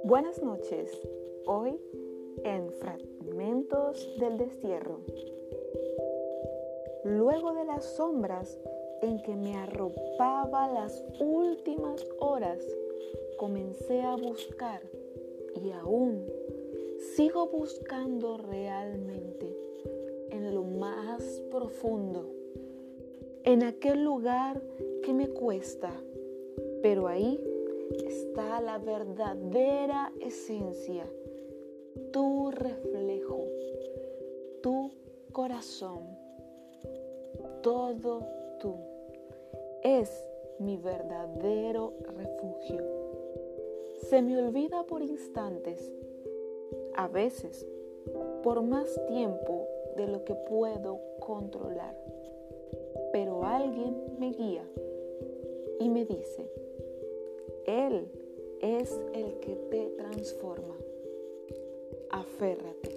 Buenas noches, hoy en Fragmentos del Destierro. Luego de las sombras en que me arropaba las últimas horas, comencé a buscar y aún sigo buscando realmente en lo más profundo, en aquel lugar que me cuesta, pero ahí está la verdadera esencia, tu reflejo, tu corazón, todo tú. Es mi verdadero refugio. Se me olvida por instantes, a veces por más tiempo de lo que puedo controlar, pero alguien me guía y me dice: Él es el que te transforma. Aférrate.